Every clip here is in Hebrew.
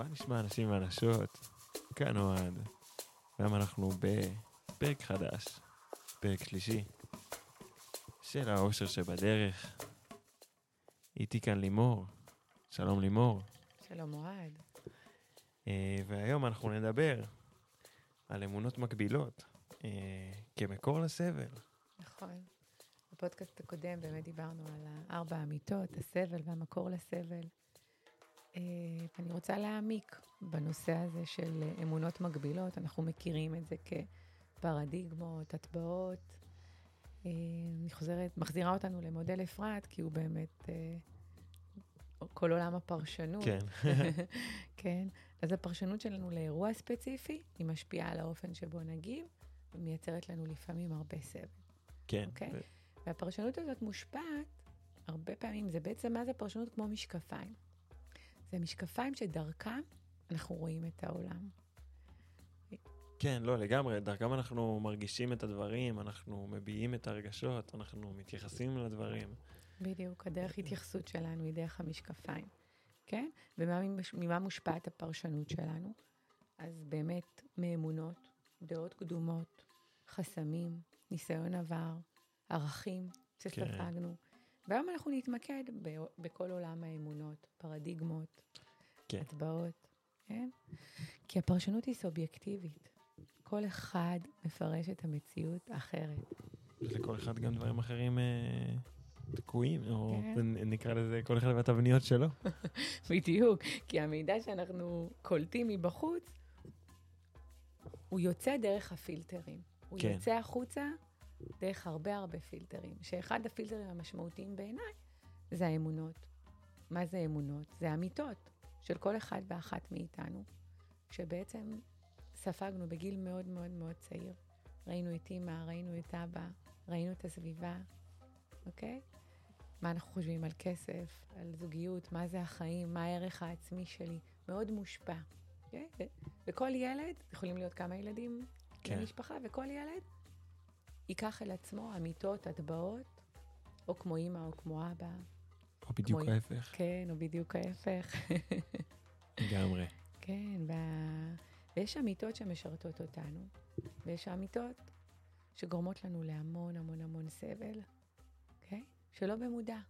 נשמע אנשים ואנשות? כאן אוהד. והיום אנחנו בפרק חדש, פרק שלישי, של האושר שבדרך. איתי כאן לימור. שלום לימור. שלום אוהד. והיום אנחנו נדבר על אמונות מקבילות, כמקור לסבל. נכון. בפודקאסט הקודם באמת דיברנו על 4 אמיתות, הסבל והמקור לסבל. אני רוצה להעמיק בנושא הזה של אמונות מקבילות. אנחנו מכירים את זה כפרדיגמות, הטבעות. אני מחזירה אותנו למודל אפרת, כי הוא באמת כל עולם הפרשנות. כן. כן. אז הפרשנות שלנו לאירוע ספציפי, היא משפיעה על האופן שבו נגיב, ומייצרת לנו לפעמים הרבה סבל. כן. אוקיי? והפרשנות הזאת מושפעת, הרבה פעמים, זה בעצם מה זה פרשנות כמו משקפיים. זה משקפיים שדרכם אנחנו רואים את העולם. כן, לא, לגמרי. דרכם אנחנו מרגישים את הדברים, אנחנו מביעים את הרגשות, אנחנו מתייחסים לדברים. בדיוק, הדרך התייחסות שלנו היא דרך המשקפיים. כן? וממה מושפעת הפרשנות שלנו? אז באמת מאמונות, דעות קדומות, חסמים, ניסיון עבר, ערכים שספגנו. והיום אנחנו נתמקד בכל עולם האמונות, פרדיגמות, הטבעות. כן? כי הפרשנות היא סובייקטיבית. כל אחד מפרש את המציאות אחרת. לכל אחד גם דברים אחרים תקועים, או נקרא לזה כל אחד והתבניות שלו. בדיוק, כי המידע שאנחנו קולטים מבחוץ, הוא יוצא דרך הפילטרים. הוא יוצא החוצה דרך הרבה פילטרים. שאחד הפילטרים המשמעותיים בעיניי זה האמונות. מה זה אמונות? זה אמיתות של כל אחד ואחת מאיתנו, שבעצם ספגנו בגיל מאוד מאוד מאוד צעיר. ראינו את אמא, ראינו את אבא, ראינו את הסביבה, אוקיי? מה אנחנו חושבים על כסף, על זוגיות, מה זה החיים, מה הערך העצמי שלי, מאוד מושפע. אוקיי? וכל ילד, יכולים להיות כמה ילדים במשפחה, וכל ילד ייקח אל עצמו אמיתות, הטבעות, או כמו אמא או כמו אבא. או בדיוק ההפך. כן, או בדיוק ההפך. לגמרי. כן, ויש אמיתות שמשרתות אותנו, ויש אמיתות שגורמות לנו להמון המון המון סבל, אוקיי? שלא במודע.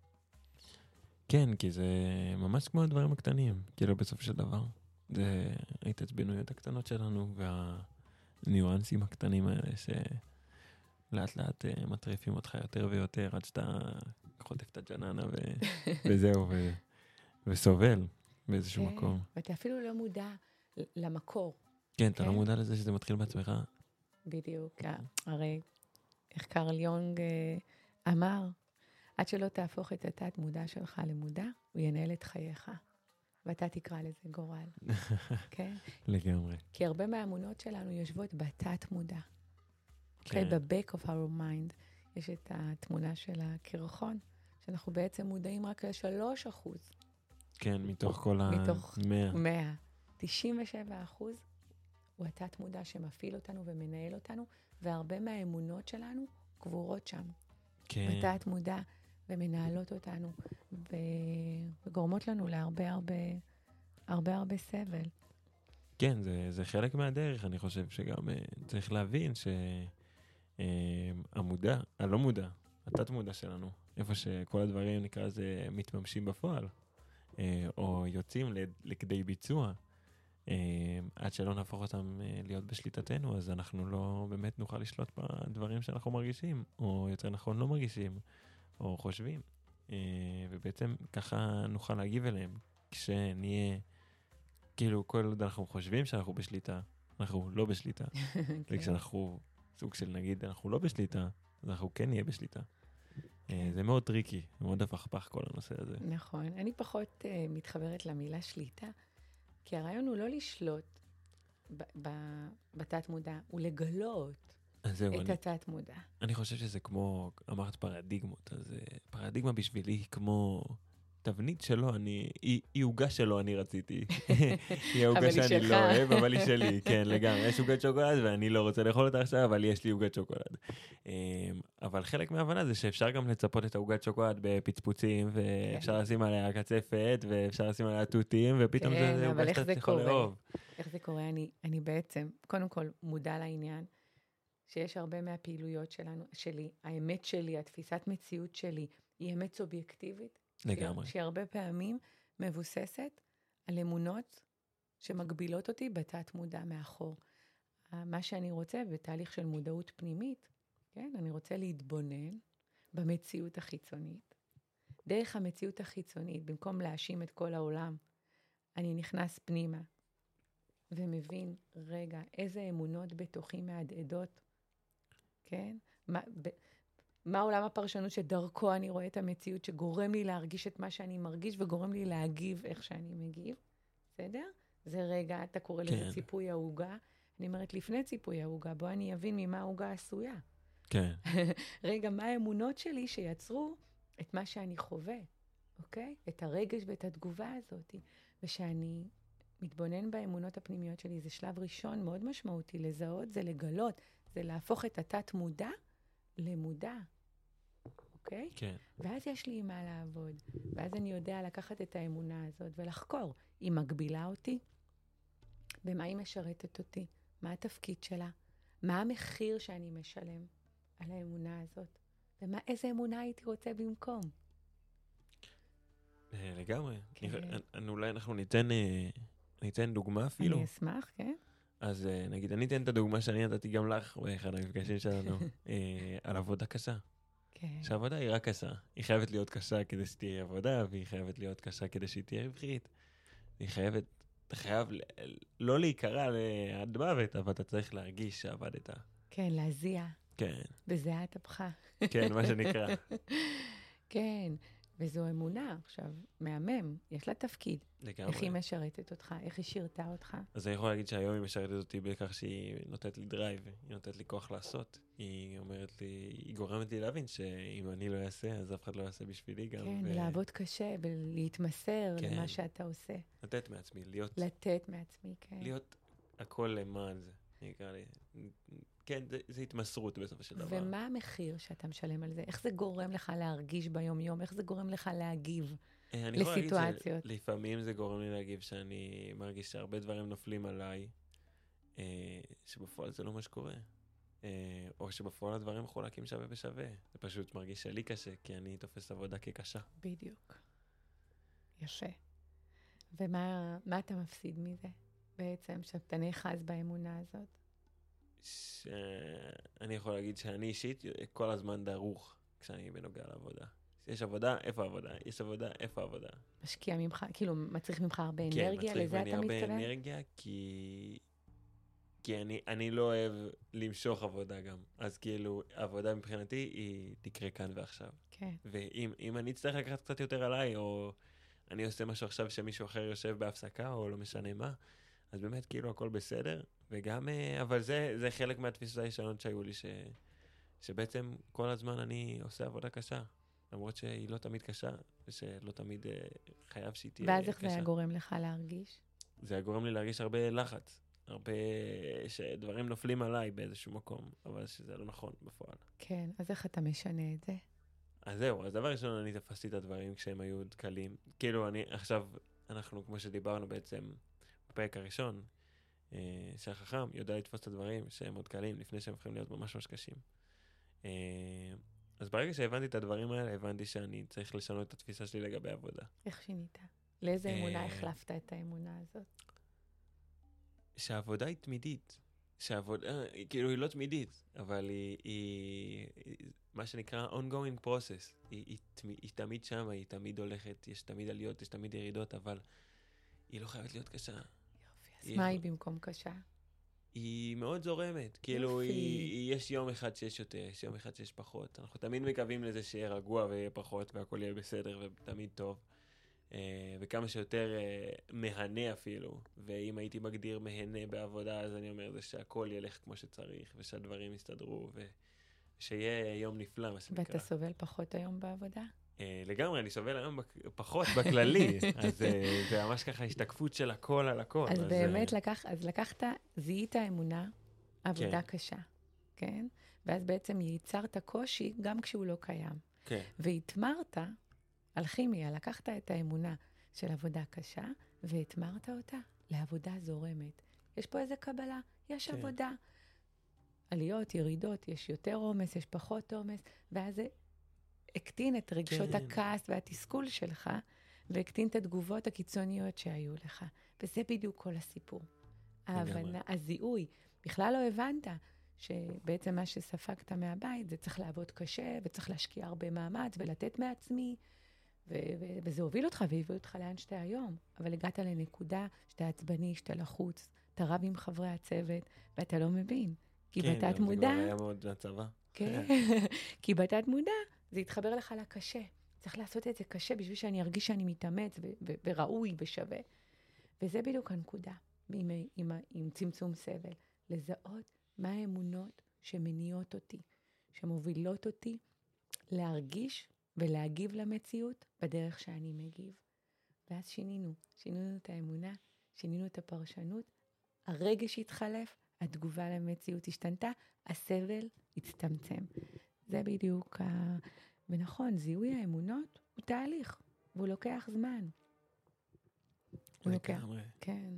כן, כי זה ממש כמו הדברים הקטנים, כאילו בסוף של דבר. זה ההתעצבנויות הקטנות שלנו, והניואנסים הקטנים האלה, שלאט לאט מטריפים אותך יותר ויותר, עד שאתה חוטף את הג'ננה וזהו, וסובל באיזשהו מקום. ואתה אפילו לא מודע למקור. כן, אתה לא מודע לזה שזה מתחיל בעצמך. בדיוק, הרי איך קרל יונג אמר, עד שלא תהפוך את התת מודע שלך למודע, הוא ינהל את חייך, ואתה תקרא לזה גורל. כן? לגמרי. כי הרבה מהאמונות שלנו יושבות בתת מודע. ב-back of our mind יש את התמונה של הקרחון, שאנחנו בעצם מודעים רק ל3%. כן, מתוך כל מתוך 100. 100. 97% הוא התת מודע שמפעיל אותנו ומנהל אותנו, והרבה מהאמונות שלנו קבורות שם. כן. בתת מודע, ומנהלות אותנו, וגורמות לנו להרבה סבל. כן, זה חלק מהדרך. אני חושב שגם צריך להבין שהמודע, הלא מודע, התת מודע שלנו, איפה שכל הדברים נקרא לזה מתממשים בפועל, או יוצאים לכדי ביצוע, עד שלא נהפוך אותם להיות בשליטתנו, אז אנחנו לא באמת נוכל לשלוט בדברים שאנחנו מרגישים, או יותר נכון לא מרגישים, או חושבים. ובעצם ככה נוכל להגיב אליהם, כשנהיה, כאילו כל עוד אנחנו חושבים שאנחנו בשליטה, אנחנו לא בשליטה. וכשאנחנו סוג של נגיד, אנחנו לא בשליטה, אז אנחנו כן נהיה בשליטה. זה מאוד טריקי, מאוד הפכפך כל הנושא הזה. נכון, אני פחות מתחברת למילה שליטה, כי הרעיון הוא לא לשלוט בתת מודע, הוא לגלות את התת מודע. אני חושב שזה כמו, אמרת פרדיגמות, אז פרדיגמה בשבילי היא כמו תבנית שלו, היא עוגה שלו אני רציתי. היא העוגה שאני לא אוהב, אבל היא שלי, כן, לגמרי. יש עוגת שוקולד ואני לא רוצה לאכול אותה עכשיו, אבל יש לי עוגת שוקולד. אבל חלק מההבנה זה שאפשר גם לצפות את העוגת שוקולד בפצפוצים, ואפשר לשים עליה קצפת, ואפשר לשים עליה תותים, ופתאום זה עוגה שאתה יכול לאהוב. איך זה קורה? אני בעצם, קודם כל, מודע לעניין, שיש הרבה מהפעילויות שלי, האמת שלי, התפיסת מציאות שלי, היא אמת סובייקטיבית. לגמרי. שהיא הרבה פעמים מבוססת על אמונות שמגבילות אותי בתת מודע מאחור. מה שאני רוצה בתהליך של מודעות פנימית, כן? אני רוצה להתבונן במציאות החיצונית. דרך המציאות החיצונית, במקום להאשים את כל העולם, אני נכנס פנימה ומבין, רגע, איזה אמונות בתוכי מהדהדות, כן? מה עולם הפרשנות שדרכו אני רואה את המציאות, שגורם לי להרגיש את מה שאני מרגיש, וגורם לי להגיב איך שאני מגיב, בסדר? זה רגע, אתה קורא לזה ציפוי העוגה. אני אומרת, לפני ציפוי העוגה, בוא אני אבין ממה העוגה עשויה. כן. רגע, מה האמונות שלי שיצרו את מה שאני חווה, אוקיי? את הרגש ואת התגובה הזאת. ושאני מתבונן באמונות הפנימיות שלי, זה שלב ראשון מאוד משמעותי. לזהות זה לגלות, זה להפוך את התת מודע למודע, אוקיי? כן. ואז יש לי מה לעבוד. ואז אני יודע לקחת את האמונה הזאת ולחקור. היא מגבילה אותי? במה היא משרתת אותי? מה התפקיד שלה? מה המחיר שאני משלם על האמונה הזאת? ואיזה אמונה הייתי רוצה במקום? לגמרי. אולי אנחנו ניתן דוגמה אפילו. אני אשמח, כן? אז נגיד, אני אתן את הדוגמה שאני נתתי גם לך באחד המפגשים שלנו, על עבודה קשה. כן. שהעבודה היא רק קשה. היא חייבת להיות קשה כדי שתהיה עבודה, והיא חייבת להיות קשה כדי שהיא תהיה רווחית. אתה חייב לא להיקרא עד מוות, אבל אתה צריך להרגיש שעבדת. כן, להזיע. כן. בזיעת אפך. כן, מה שנקרא. כן, וזו אמונה. עכשיו, מהמם, יש לה תפקיד. לגמרי. איך היא משרתת אותך, איך היא שירתה אותך. אז אני יכול להגיד שהיום היא משרתת אותי בכך שהיא נותנת לי דרייב, היא נותנת לי כוח לעשות. היא אומרת לי, היא גורמת לי להבין שאם אני לא אעשה, אז אף אחד לא יעשה בשבילי גם. כן, ולעבוד קשה, ולהתמסר למה שאתה עושה. לתת מעצמי, להיות... לתת מעצמי, כן. להיות הכל למען זה. נקרא לי... כן, זה התמסרות בסופו של דבר. ומה המחיר שאתה משלם על זה? איך זה גורם לך להרגיש ביום-יום? איך זה גורם לך להגיב אני יכול להגיד שלפעמים זה גורם לי להגיב שאני מרגיש שהרבה דברים נופלים עליי, שבפועל זה לא מה שקורה. או שבפועל הדברים מחולקים שווה בשווה. זה פשוט מרגיש שלי קשה, כי אני תופס עבודה כקשה. בדיוק. יפה. ומה אתה מפסיד מזה בעצם, שאתה נאחז באמונה הזאת? אני יכול להגיד שאני אישית כל הזמן דרוך כשאני בנוגע לעבודה. יש עבודה, איפה העבודה? יש עבודה, איפה העבודה? משקיע ממך, כאילו מצריך ממך הרבה אנרגיה, לזה אתה מתכוון? כן, מצריך ממני הרבה אנרגיה, כי אני לא אוהב למשוך עבודה גם. אז כאילו, העבודה מבחינתי היא תקרה כאן ועכשיו. כן. ואם אני אצטרך לקחת קצת יותר עליי, או אני עושה משהו עכשיו שמישהו אחר יושב בהפסקה, או לא משנה מה, אז באמת כאילו הכל בסדר. וגם, אבל זה חלק מהתפיסות הישנות שהיו לי, שבעצם כל הזמן אני עושה עבודה קשה. למרות שהיא לא תמיד קשה, ושלא תמיד חייב שהיא תהיה קשה. ואז איך זה היה גורם לך להרגיש? זה היה גורם לי להרגיש הרבה לחץ. הרבה שדברים נופלים עליי באיזשהו מקום, אבל שזה לא נכון בפועל. כן, אז איך אתה משנה את זה? אז זהו, אז דבר ראשון, אני תפסתי את הדברים כשהם היו קלים. כאילו, אנחנו, כמו שדיברנו בעצם בפרק הראשון, שהחכם יודע לתפוס את הדברים שהם עוד קלים, לפני שהם הולכים להיות ממש ממש קשים. אז ברגע שהבנתי את הדברים האלה, הבנתי שאני צריך לשנות את התפיסה שלי לגבי עבודה. איך שינית? לאיזה אמונה החלפת את האמונה הזאת? שהעבודה היא תמידית. שהעבודה, כאילו היא לא תמידית, אבל היא מה שנקרא ongoing process. היא תמיד שם, היא תמיד הולכת, יש תמיד עליות, יש תמיד ירידות, אבל היא לא חייבת להיות קשה. יופי, אז מה היא במקום קשה? היא מאוד זורמת, כאילו יש יום אחד שיש יותר, יש יום אחד שיש פחות. אנחנו תמיד מקווים לזה שיהיה רגוע ויהיה פחות והכל יהיה בסדר ותמיד טוב. וכמה שיותר מהנה אפילו. ואם הייתי מגדיר מהנה בעבודה, אז אני אומר זה שהכל ילך כמו שצריך, ושהדברים יסתדרו, ושיהיה יום נפלא, מה שנקרא. ואתה סובל פחות היום בעבודה? לגמרי, אני סובל היום פחות בכללי, אז זה ממש ככה השתקפות של הכל על הכל. אז באמת לקחת, זיהית אמונה, עבודה קשה. כן? ואז בעצם ייצרת קושי גם כשהוא לא קיים. כן. והתמרת על כימיה, לקחת את האמונה של עבודה קשה, והתמרת אותה לעבודה זורמת. יש פה איזה קבלה, יש עבודה. עליות, ירידות, יש יותר עומס, יש פחות עומס, ואז זה הקטין את רגשות הכעס והתסכול שלך, והקטין את התגובות הקיצוניות שהיו לך. וזה בדיוק כל הסיפור. ההבנה, הזיהוי. בכלל לא הבנת שבעצם מה שספגת מהבית, זה צריך לעבוד קשה, וצריך להשקיע הרבה מאמץ, ולתת מעצמי, וזה הוביל אותך, והביא אותך לאן שאתה היום. אבל הגעת לנקודה שאתה עצבני, שאתה לחוץ, אתה רב עם חברי הצוות, ואתה לא מבין. כי בתת מודע... כן, זה כבר היה מאוד לצבא. כן, כי בתת מודע זה יתחבר לך לקשה. צריך לעשות את זה קשה בשביל שאני ארגיש שאני מתאמץ וראוי ושווה. וזה בדיוק הנקודה, עם צמצום סבל. לזהות מה האמונות שמניעות אותי, שמובילות אותי להרגיש ולהגיב למציאות בדרך שאני מגיב. ואז שינינו את האמונה, שינינו את הפרשנות, הרגש התחלף, התגובה למציאות השתנתה, הסבל הצטמצם. זה בדיוק ונכון, זיהוי האמונות הוא תהליך, והוא לוקח זמן. הוא לוקח, כן.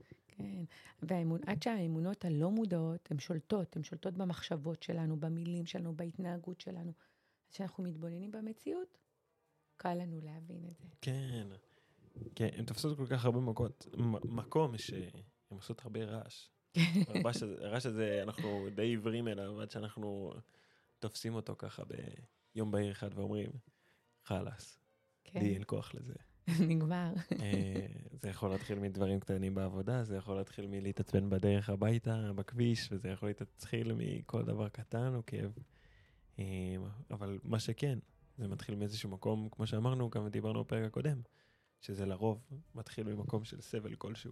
עד שהאמונות הלא מודעות, הן שולטות במחשבות שלנו, במילים שלנו, בהתנהגות שלנו. אז כשאנחנו מתבוננים במציאות, קל לנו להבין את זה. כן, כן, הן תופסות כל כך הרבה מקום שהן עושות הרבה רעש. הרעש הזה, אנחנו די עיוורים אליו, עד שאנחנו תופסים אותו ככה ביום בהיר אחד ואומרים, חלאס, לי אין כוח לזה. נגמר. זה יכול להתחיל מדברים קטנים בעבודה, זה יכול להתחיל מלהתעצבן בדרך הביתה, בכביש, וזה יכול להתחיל מכל דבר קטן או כאב. אבל מה שכן, זה מתחיל מאיזשהו מקום, כמו שאמרנו, גם דיברנו בפרק הקודם, שזה לרוב מתחיל ממקום של סבל כלשהו.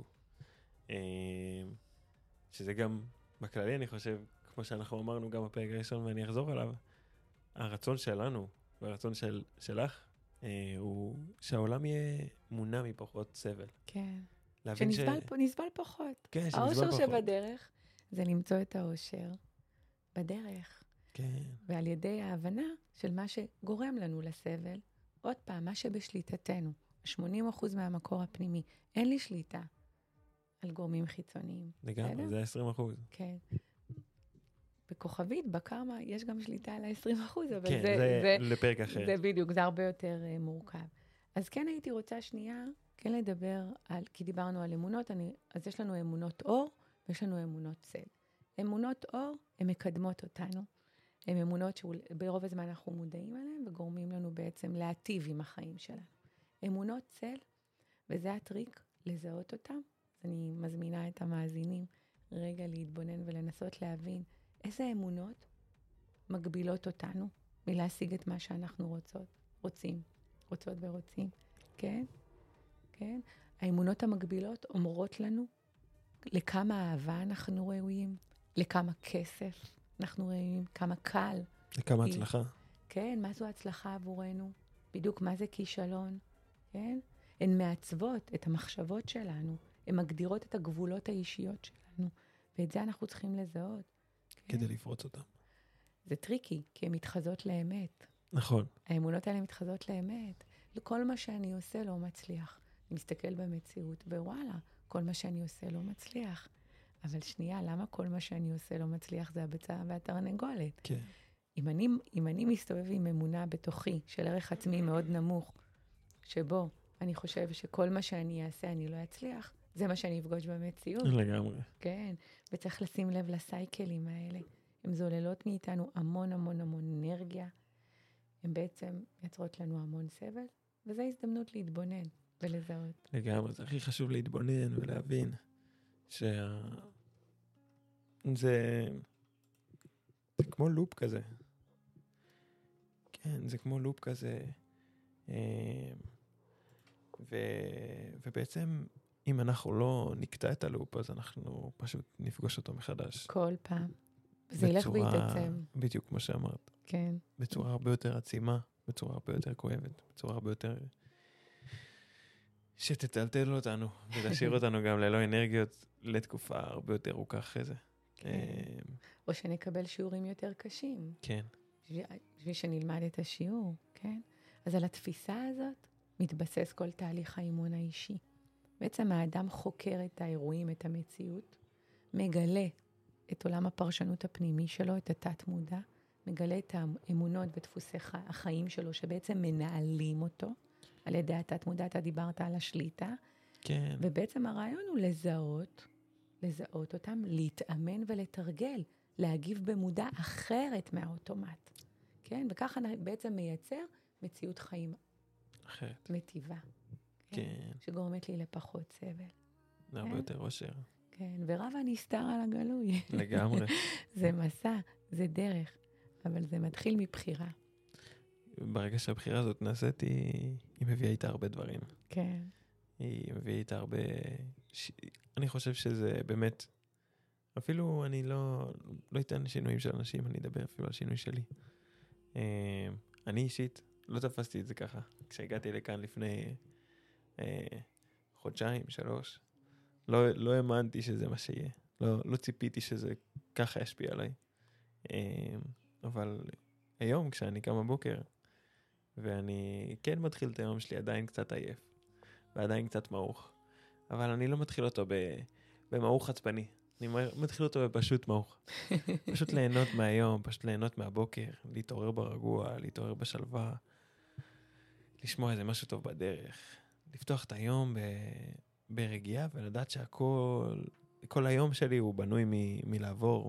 שזה גם, בכללי אני חושב, כמו שאנחנו אמרנו גם בפרק הראשון, ואני אחזור עליו, הרצון שלנו, והרצון שלך, הוא שהעולם יהיה מונע מפחות סבל. כן. שנסבל פחות. כן, שנסבל האושר פחות. שבדרך זה למצוא את האושר בדרך. כן. ועל ידי ההבנה של מה שגורם לנו לסבל, עוד פעם, מה שבשליטתנו, 80% מהמקור הפנימי, אין לי שליטה על גורמים חיצוניים. לגמרי, זה 20%. כן. בכוכבית, בקרמה, יש גם שליטה על 20%, אבל כן, זה לפרק אחר. זה בדיוק, זה הרבה יותר מורכב. אז כן הייתי רוצה שנייה, כן לדבר על, כי דיברנו על אמונות, אז יש לנו אמונות אור, ויש לנו אמונות צל. אמונות אור, הן מקדמות אותנו. הן אמונות שברוב הזמן אנחנו מודעים עליהן, וגורמים לנו בעצם להטיב עם החיים שלנו. אמונות צל, וזה הטריק, לזהות אותם. אז אני מזמינה את המאזינים רגע להתבונן ולנסות להבין איזה אמונות מגבילות אותנו מלהשיג את מה שאנחנו רוצות ורוצים. כן? כן? האמונות המגבילות אומרות לנו לכמה אהבה אנחנו ראויים, לכמה כסף אנחנו ראויים, כמה קל. לכמה הצלחה. כן, מה זו הצלחה עבורנו? בדיוק מה זה כישלון, כן? הן מעצבות את המחשבות שלנו, הן מגדירות את הגבולות האישיות שלנו, ואת זה אנחנו צריכים לזהות. כן? כדי לפרוץ אותם. זה טריקי, כי הן מתחזות לאמת. נכון. האמונות האלה מתחזות לאמת. כל מה שאני עושה לא מצליח. אני מסתכל במציאות, ווואלה, כל מה שאני עושה לא מצליח. אבל שנייה, למה כל מה שאני עושה לא מצליח? זה הביצה והתרנגולת. כן. אם אני מסתובב עם אמונה בתוכי של ערך עצמי מאוד נמוך, שבו אני חושב שכל מה שאני אעשה אני לא אצליח, זה מה שאני אפגוש במציאות. לגמרי. כן, וצריך לשים לב לסייקלים האלה. הן זוללות מאיתנו המון המון המון אנרגיה. הן בעצם יצרות לנו המון סבל, וזו הזדמנות להתבונן ולזהות. לגמרי, זה הכי חשוב להתבונן ולהבין זה כמו לופ כזה. כן, זה כמו לופ כזה. ובעצם, אם אנחנו לא נקטע את הלופ, אז אנחנו פשוט נפגוש אותו מחדש. כל פעם. זה ילך ויתעצם. בדיוק כמו שאמרת. כן. בצורה הרבה יותר עצימה, בצורה הרבה יותר כואבת, בצורה הרבה יותר שתטלטל אותנו, ולהשאיר אותנו גם ללא אנרגיות לתקופה הרבה יותר ארוכה אחרי זה. או שנקבל שיעורים יותר קשים. כן. בשביל שנלמד את השיעור, כן? אז על התפיסה הזאת מתבסס כל תהליך האימון האישי. בעצם האדם חוקר את האירועים, את המציאות, מגלה את עולם הפרשנות הפנימי שלו, את התת מודע, מגלה את האמונות ודפוסי החיים שלו, שבעצם מנהלים אותו, על ידי התת מודע, אתה דיברת על השליטה, כן. ובעצם הרעיון הוא לזהות אותם, להתאמן ולתרגל, להגיב במודע אחרת מהאוטומט, כן? וככה בעצם מייצר מציאות חיים אחרת. מטיבה, כן? שגורמת לי לפחות סבל. זה הרבה יותר אושר. כן, ורב הנסתר על הגלוי. לגמרי. זה מסע, זה דרך, אבל זה מתחיל מבחירה. ברגע שהבחירה הזאת נעשית, היא מביאה איתה הרבה דברים. כן. היא מביאה איתה הרבה... אני חושב שזה באמת... אפילו אני לא אתן שינויים של אנשים, אני אדבר אפילו על שינוי שלי. אני אישית לא תפסתי את זה ככה. כשהגעתי לכאן לפני חודשיים, 3, לא האמנתי שזה מה שיהיה. לא ציפיתי שזה ככה ישפיע עליי. אבל היום כשאני קם בבוקר, ואני כן מתחיל את היום שלי עדיין קצת עייף, ועדיין קצת מעוך, אבל אני לא מתחיל אותו במעוך עצבני. אני מתחיל אותו בפשוט מעוך. פשוט ליהנות מהיום, פשוט ליהנות מהבוקר, להתעורר ברגוע, להתעורר בשלווה, לשמוע איזה משהו טוב בדרך, לפתוח את היום ברגיעה ולדעת כל היום שלי הוא בנוי מלעבור,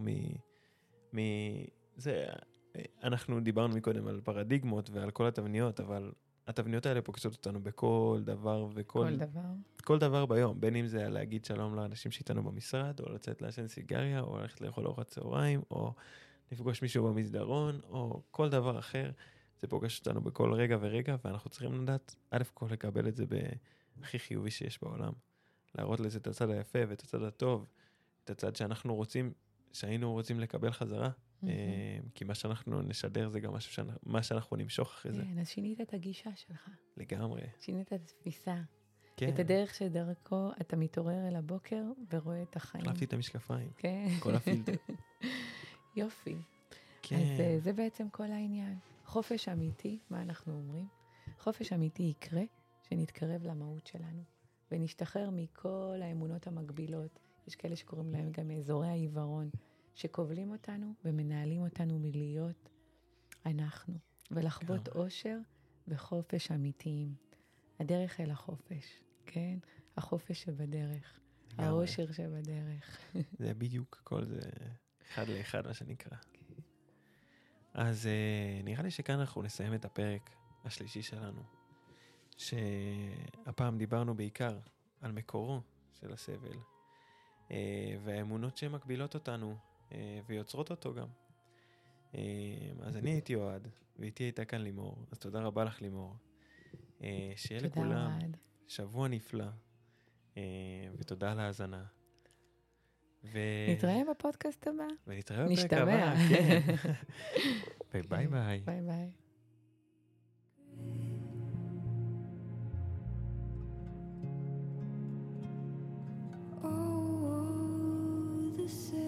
זה, אנחנו דיברנו מקודם על פרדיגמות ועל כל התבניות, אבל התבניות האלה פוגשות אותנו בכל דבר כל דבר ביום, בין אם זה להגיד שלום לאנשים שאיתנו במשרד, או לצאת לעשן סיגריה, או ללכת לאכול ארוחת צהריים, או לפגוש מישהו במסדרון, או כל דבר אחר, זה פוגש אותנו בכל רגע ורגע, ואנחנו צריכים לדעת, א' כל לקבל את זה הכי חיובי שיש בעולם, להראות לזה את הצד היפה ואת הצד הטוב, את הצד שהיינו רוצים לקבל חזרה, כי מה שאנחנו נשדר זה גם מה שאנחנו נמשוך אחרי זה. כן, אז שינית את הגישה שלך. לגמרי. שינית את התפיסה. כן. את הדרך שדרכו אתה מתעורר אל הבוקר ורואה את החיים. החלפתי את המשקפיים. כן. כל הפילטר. יופי. כן. אז זה בעצם כל העניין. חופש אמיתי, מה אנחנו אומרים? חופש אמיתי יקרה שנתקרב למהות שלנו, ונשתחרר מכל האמונות המקבילות. יש כאלה שקוראים להם גם אזורי העיוורון, שכובלים אותנו ומנהלים אותנו מלהיות אנחנו, ולחוות אושר וחופש אמיתיים. הדרך אל החופש, כן? החופש שבדרך, האושר שבדרך. זה בדיוק כל זה אחד לאחד מה שנקרא. אז נראה לי שכאן אנחנו נסיים את הפרק השלישי שלנו, שהפעם דיברנו בעיקר על מקורו של הסבל, והאמונות שמקבילות אותנו ויוצרות אותו גם. אז אני הייתי אוהד, ואיתי הייתה כאן לימור, אז תודה רבה לך לימור. שיהיה לכולם שבוע נפלא, ותודה על ההאזנה. נתראה בפודקאסט הבא. ונתראה בפרק הבא, כן. וביי ביי. ביי ביי. Oh, the